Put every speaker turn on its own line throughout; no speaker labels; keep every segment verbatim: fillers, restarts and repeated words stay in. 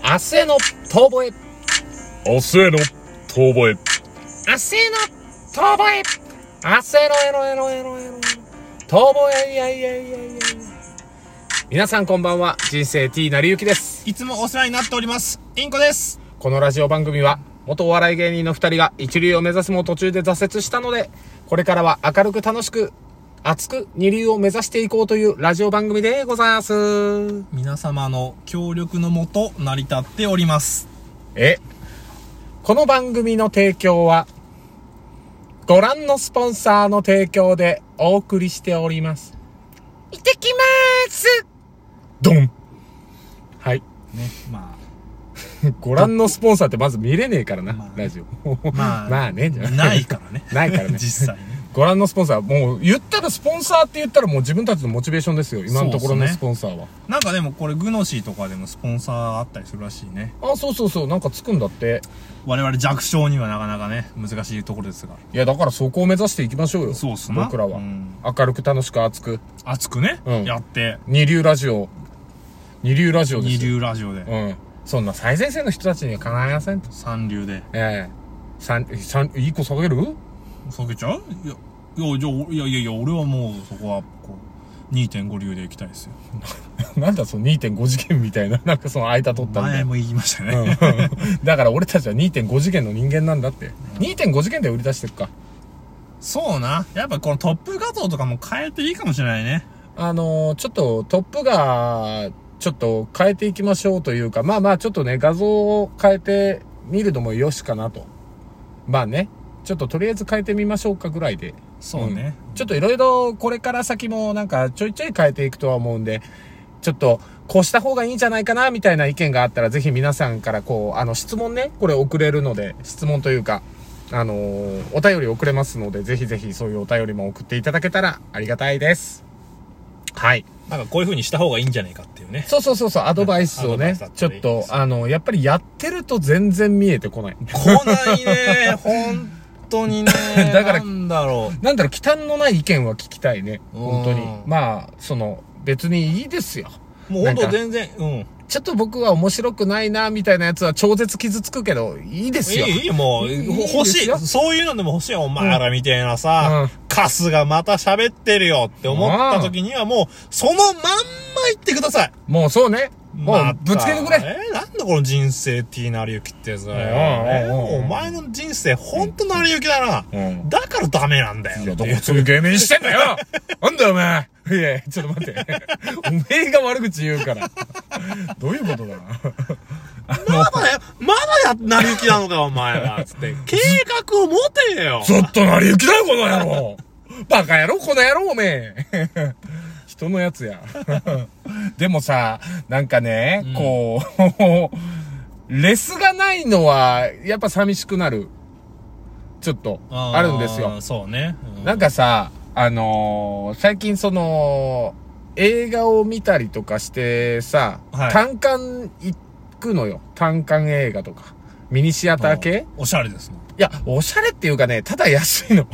明日への遠吠え。
明日への遠吠え。
明日への遠吠え。明日へのエロエロエロエロ。遠吠え、いやいやいやいやいや。皆さんこんばんは。人生 T なりゆきです。
いつもお世話になっております。インコです。
このラジオ番組は、元お笑い芸人の二人が一流を目指すも途中で挫折したので、これからは明るく楽しく、熱く二流を目指していこうというラジオ番組でございます。
皆様の協力のもと成り立っております。
え、この番組の提供は、ご覧のスポンサーの提供でお送りしております。行ってきまーす。ドン。はい。
ね、ま
あ。ご覧のスポンサーってまず見れねえからな、まあ、ラジオ。
まあ、
まあね、
ないからね。
ないからね。
実際ね。
ご覧のスポンサー、もう言ったらスポンサーって言ったらもう自分たちのモチベーションですよ。今のところのスポンサーは。ね、
なんかでもこれグノシーとかでもスポンサーあったりするらしいね。
あ、そうそうそう、なんかつくんだって。
我々弱小にはなかなかね、難しいところですが。
いや、だからそこを目指していきましょうよ。
そうっすね。
僕らは、うん。明るく楽しく熱く。
熱くね、うん、やって。
二流ラジオ。二流ラジオですよ。
二流ラジオで。
うん。そんな最前線の人たちにはかないませんと。
三流で。
ええー。三、三、いい子下げる
下げちゃういや、いや、じゃあ、いやいやいや、俺はもうそこは、こう、にてんご 流で行きたいですよ。
なんだその にてんご 次元みたいな、なんかその間取ったんで。
前も言いましたね。
うん、だから俺たちは にてんご 次元の人間なんだって。うん、にてんご 次元で売り出してるか。
そうな。やっぱこのトップ画像とかも変えていいかもしれないね。
あのー、ちょっとトップ画、ちょっと変えていきましょうというか、まあまあちょっとね、画像を変えてみるのもよしかなと。まあね、ちょっととりあえず変えてみましょうかぐらいで。
そうね。
うん、ちょっといろいろこれから先もなんかちょいちょい変えていくとは思うんで、ちょっとこうした方がいいんじゃないかなみたいな意見があったらぜひ皆さんからこう、あの質問ね、これ送れるので、質問というか、あのー、お便り送れますので、ぜひぜひそういうお便りも送っていただけたらありがたいです。はい。
なんかこういう風にした方がいいんじゃないかっていうね。
そうそうそうそう、アドバイスをね、ちょっと、あの、やっぱりやってると全然見えてこない。
来ないね、ほんとにね。だから、なんだろう。
なんだろう、忌憚のない意見は聞きたいね。本当に。まあ、その、別にいいですよ。
もうほんと全然、うん。
ちょっと僕は面白くないな、みたいなやつは超絶傷つくけど、いいですよ。
いい、いい、もう、欲しい。そういうのでも欲しいよ。お前らみたいなさ、うん、カスがまた喋ってるよって思った時にはもう、そのまんま言ってください。
もうそうね。もう、ぶつけてくれ。
えー、なんだこの人生 T なりゆきってやつだよ。えー、お前の人生ほんとなりゆきだな。うん、だからダメなんだよ。
いや、どこそういう芸名にしてんだよなんだよ、お前いや、ちょっと待って。おめえが悪口言うから。どういうことだ
まだや、まだや、なりゆきなのか、お前は。つって、計画を持てよ。
ずっとなりゆきだよ、この野郎。バカ野郎、この野郎、おめえ。人のやつや。でもさ、なんかね、うん、こう、レスがないのは、やっぱ寂しくなる。ちょっと、あるんですよ。
そうね。
うん、なんかさ、あのー、最近その、映画を見たりとかしてさ、はい、単館行くのよ。単館映画とか。ミニシアター系？
おしゃれですね。
いや、おしゃれっていうかね、ただ安いの。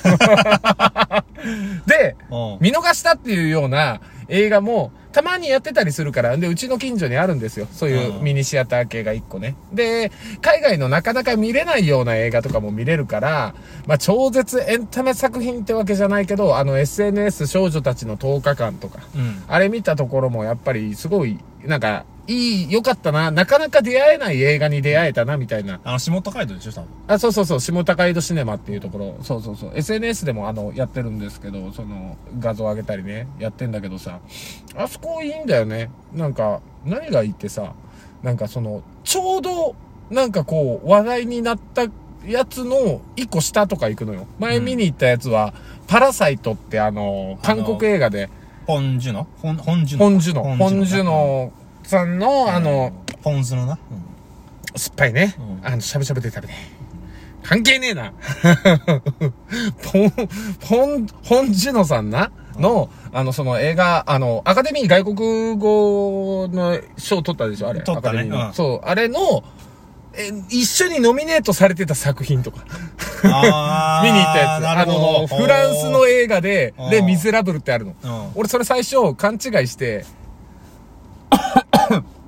で、見逃したっていうような映画もたまにやってたりするから、で、うちの近所にあるんですよ。そういうミニシアター系が一個ね。で、海外のなかなか見れないような映画とかも見れるから、まあ、超絶エンタメ作品ってわけじゃないけど、あの エスエヌエス 少女たちのとおかかんとか、うん、あれ見たところもやっぱりすごい、なんか、いい、良かったな。なかなか出会えない映画に出会えたな、みたいな。
あの、下高井戸でしょ、多分。
あ、そうそうそう、下高井戸シネマっていうところ。そうそうそう。エスエヌエス でもあの、やってるんですけど、その、画像上げたりね、やってんだけどさ、あそこいいんだよね。なんか、何がいいってさ、なんかその、ちょうど、なんかこう、話題になったやつの一個下とか行くのよ。前見に行ったやつは、うん、パラサイトってあの、韓国映画で。
本樹の本、本樹の
本樹の。本樹の。さんの、あの、
ポン酢のな。うん、
酸っぱいね。うん、あの、しゃぶしゃぶで食べて。関係ねえな。ポン、ポン、ポンジュノさんなの、うん、あの、その映画、あの、アカデミー外国語の賞取ったでしょあれ。
取ったね。アカデミーの、
うん、そう、あれの、え、一緒にノミネートされてた作品とか。
あ
見に行ったやつ。あの、フランスの映画で、レ・ミゼラブルってあるの。俺それ最初勘違いして、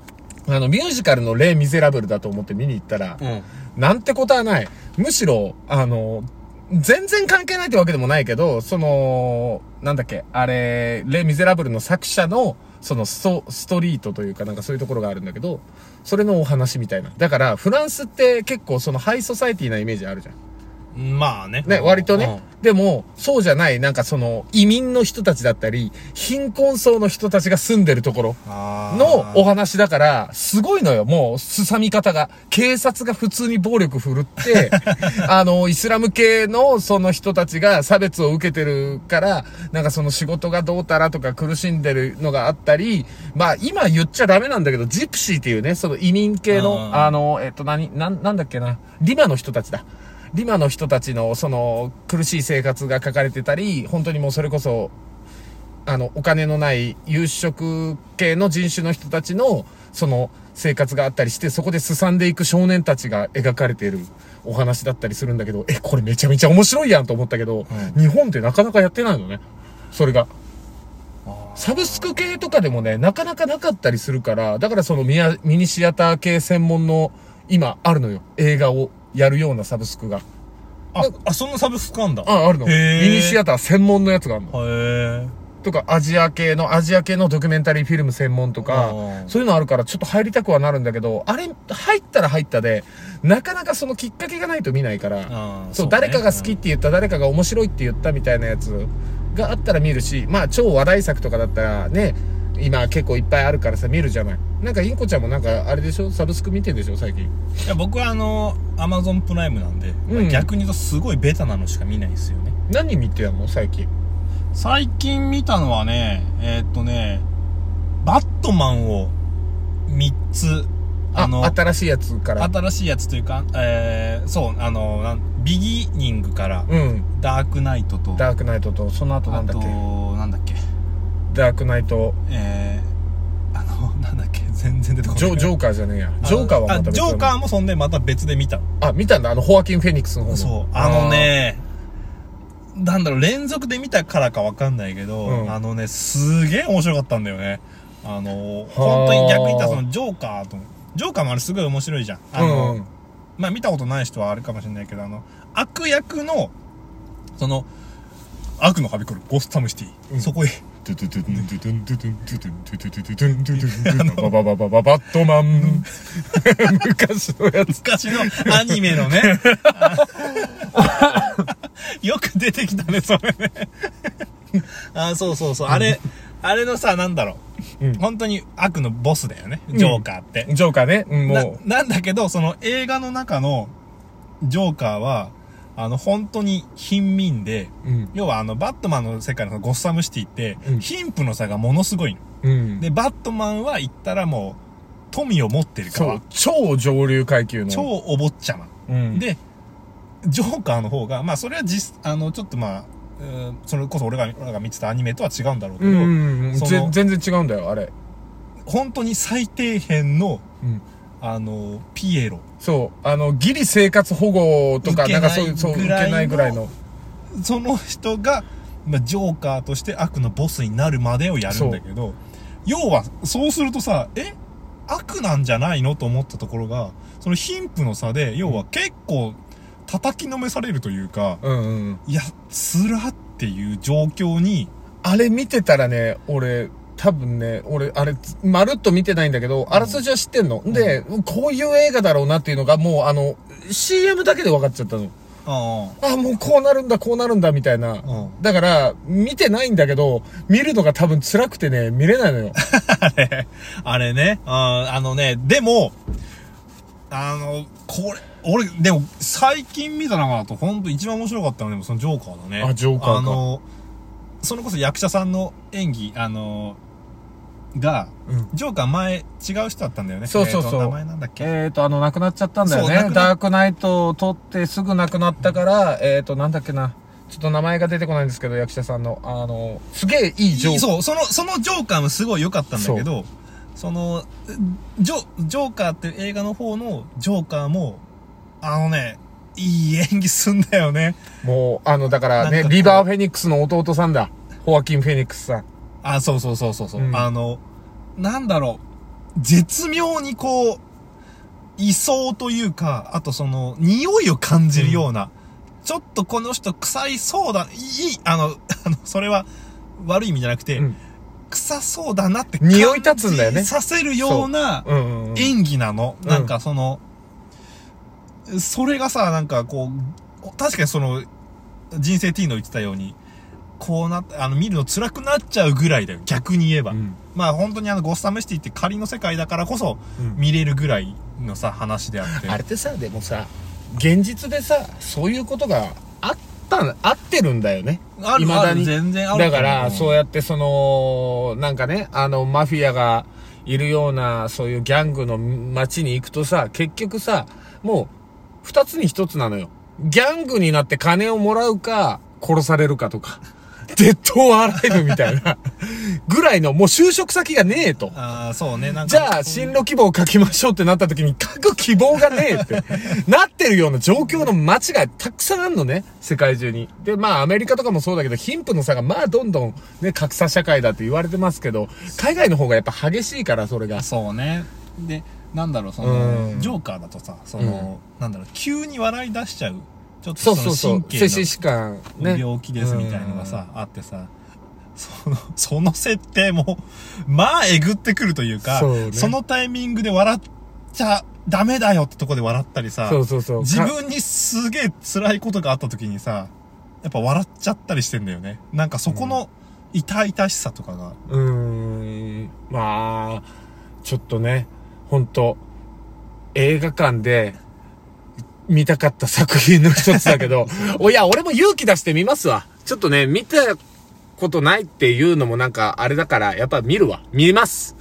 あの、ミュージカルのレイ・ミゼラブルだと思って見に行ったら、うん、なんてことはない。むしろ、あの、全然関係ないってわけでもないけど、その、なんだっけ、あれ、レイ・ミゼラブルの作者の、そのスト、ストリートというかなんかそういうところがあるんだけど、それのお話みたいな。だから、フランスって結構そのハイソサイティなイメージあるじゃん。
まあね。
ね、割とね。でも、そうじゃない、なんかその、移民の人たちだったり、貧困層の人たちが住んでるところのお話だから、すごいのよ、もう、すさみ方が。警察が普通に暴力振るって、あの、イスラム系のその人たちが差別を受けてるから、なんかその仕事がどうたらとか苦しんでるのがあったり、まあ今言っちゃダメなんだけど、ジプシーっていうね、その移民系の、あの、えっと何、なん、なんだっけな、リマの人たちだ。リマの人たちのその苦しい生活が書かれてたり、本当にもうそれこそ、あの、お金のない有色系の人種の人たちのその生活があったりして、そこで進んでいく少年たちが描かれているお話だったりするんだけど、え、これめちゃめちゃ面白いやんと思ったけど、うん、日本ってなかなかやってないのね。それが。サブスク系とかでもね、なかなかなかったりするから、だからそのミヤ、ミニシアター系専門の今あるのよ。映画を。やるようなサブスクが。
あ、あ、そんなサブスクあんだ。
あ、あるの。ミニシアター専門のやつがあるの。
へー。
とか、アジア系の、アジア系のドキュメンタリーフィルム専門とか、そういうのあるからちょっと入りたくはなるんだけど、あれ、入ったら入ったで、なかなかそのきっかけがないと見ないから、そう、そうね、誰かが好きって言った、誰かが面白いって言ったみたいなやつがあったら見るし、まあ超話題作とかだったらね、今結構いっぱいあるからさ、見るじゃない。なんかインコちゃんもなんかあれでしょ、サブスク見てんでしょ最近。い
や、僕はあのアマゾンプライムなんで、うん、逆に言うとすごいベタなのしか見ないんですよね。
何見てやんの最近。
最近見たのはね、えー、っとねバットマンをみっつ、
あの、新しいやつから。
新しいやつというか、えー、そう、あの、ビギニングから、うん、ダークナイトと、
ダークナイトと、その後なんだっけ、あ
と、なんだっけ、
ダークナイト、
えー、あの、なんだっけ、全然出てこない。
ジョ、ジョーカーじゃねえや。ジョーカーはまた別
ジョーカーもそんでまた別で見た。
あ、見たんだ、あの、ホアキン・フェニックスの方の。
そう、あのね、なんだろう、連続で見たからかわかんないけど、うん、あのね、すげえ面白かったんだよね。あの、本当に逆に言ったらそのジョーカーと、ジョーカーもあれすごい面白いじゃん。あの、うん、まあ見たことない人はあれかもしれないけど、あの、悪役の、その、悪のはびこる、ゴーストタムシティ、うん、そこへ、ババババババットマン昔のやつ。昔のアニメのね。よく出てきたね、それね。あ、そうそうそう。あれ、あれのさ、なんだろう。うん、本当に悪のボスだよね。ジョーカーって。
うん、ジョーカーね。うん、
もうな。なんだけど、その映画の中のジョーカーは、あの、本当に貧民で、うん、要はあの、バットマンの世界のゴッサムシティって、うん、貧富の差がものすごいの。うん、で、バットマンは言ったらもう、富を持ってるから。
そう、超上流階級の。
超お坊ちゃま。うん、で、ジョーカーの方が、まあ、それは実、あの、ちょっとまあ、それこそ俺が、俺が見てたアニメとは違うんだろうけど、うんうんうん、
全然違うんだよ、あれ。
本当に最底辺の、うん、あの、ピエロ。
そう、あの、ギリ生活保護とか、なんかそういう、そう、受けないぐらいの。
その人が、まあ、ジョーカーとして悪のボスになるまでをやるんだけど、要は、そうするとさ、え悪なんじゃないのと思ったところが、その貧富の差で、要は結構、叩きのめされるというか、うんうん、いや、つらっていう状況に。
あれ見てたらね、俺、多分ね、俺、あれ、まるっと見てないんだけど、あらすじは知ってんの、うん、で、こういう映画だろうなっていうのが、もう、あの、シーエム だけで分かっちゃったの。ああ、もうこうなるんだ、こうなるんだ、みたいな。だから、見てないんだけど、見るのが多分辛くてね、見れないのよ。
あれ、あれね、あ, あのね、でも、あの、これ、俺、でも、最近見た中だと、ほんと一番面白かったのは、でもそのジョーカーだね。
あ、ジョーカーか。あの、
それこそ役者さんの演技、あの、が、うん、ジョーカー前、違う人だったんだよね。
そうそうそう。えー、
名前なんだっけ。
えっと、あの、亡くなっちゃったんだよね。ダークナイトを撮ってすぐ亡くなったから、うん、えっと、なんだっけな。ちょっと名前が出てこないんですけど、役者さんの。あの、すげえいいジョーカー。
そう、その、そのジョーカーもすごい良かったんだけど、その、ジョ、ジョーカーっていう映画の方のジョーカーも、あのね、いい演技すんだよね。
もう、あの、だからね、リバー・フェニックスの弟さんだ。ホアキン・フェニックスさん。
あ、そうそうそうそうそう、うん。あの、なんだろう。 絶妙にこう、いそうというか、あとその、匂いを感じるような、うん、ちょっとこの人臭いそうだ、いい、あの、あの、それは悪い意味じゃなくて、うん、臭そうだなって
匂い立つんだよね。
させるような演技なの。うんうんうん、なんかその、それがさ、なんかこう、確かにその、人生 T の言ってたように、こうなって、あの、見るの辛くなっちゃうぐらいだよ。逆に言えば。うん、まあ本当にあの、ゴッサムシティって仮の世界だからこそ、見れるぐらいのさ、話であって。
あれってさ、でもさ、現実でさ、そういうことがあった、あってるんだよね。
ある、未だに。全然ある。
だから、そうやってその、なんかね、あの、マフィアがいるような、そういうギャングの街に行くとさ、結局さ、もう、二つに一つなのよ。ギャングになって金をもらうか、殺されるかとか。デッド・オアライブみたいな。ぐらいの、もう就職先がねえと。
ああ、そうね。なんか。
じゃあ、進路希望を書きましょうってなった時に、書く希望がねえって、なってるような状況の街がたくさんあるのね。世界中に。で、まあ、アメリカとかもそうだけど、貧富の差がまあ、どんどんね、格差社会だって言われてますけど、海外の方がやっぱ激しいから、それが。
そうね。で、なんだろう、その、ジョーカーだとさ、その、うん、なんだろう、急に笑い出しちゃう。ちょっとその神経の
精神疾患、ね、
病気ですみたいなのがさ、あってさ、その、その設定も、まあ、えぐってくるというか、そ, う、ね、そのタイミングで笑っちゃダメだよってとこで笑ったりさ、
そうそうそう、
自分にすげえ辛いことがあった時にさ、やっぱ笑っちゃったりしてんだよね。なんかそこの痛々しさとかが。
うーん、まあ、ちょっとね、ほんと、映画館で、見たかった作品の一つだけど、いや、俺も勇気出してみますわ。ちょっとね、見たことないっていうのもなんかあれだから、やっぱ見るわ。見ます。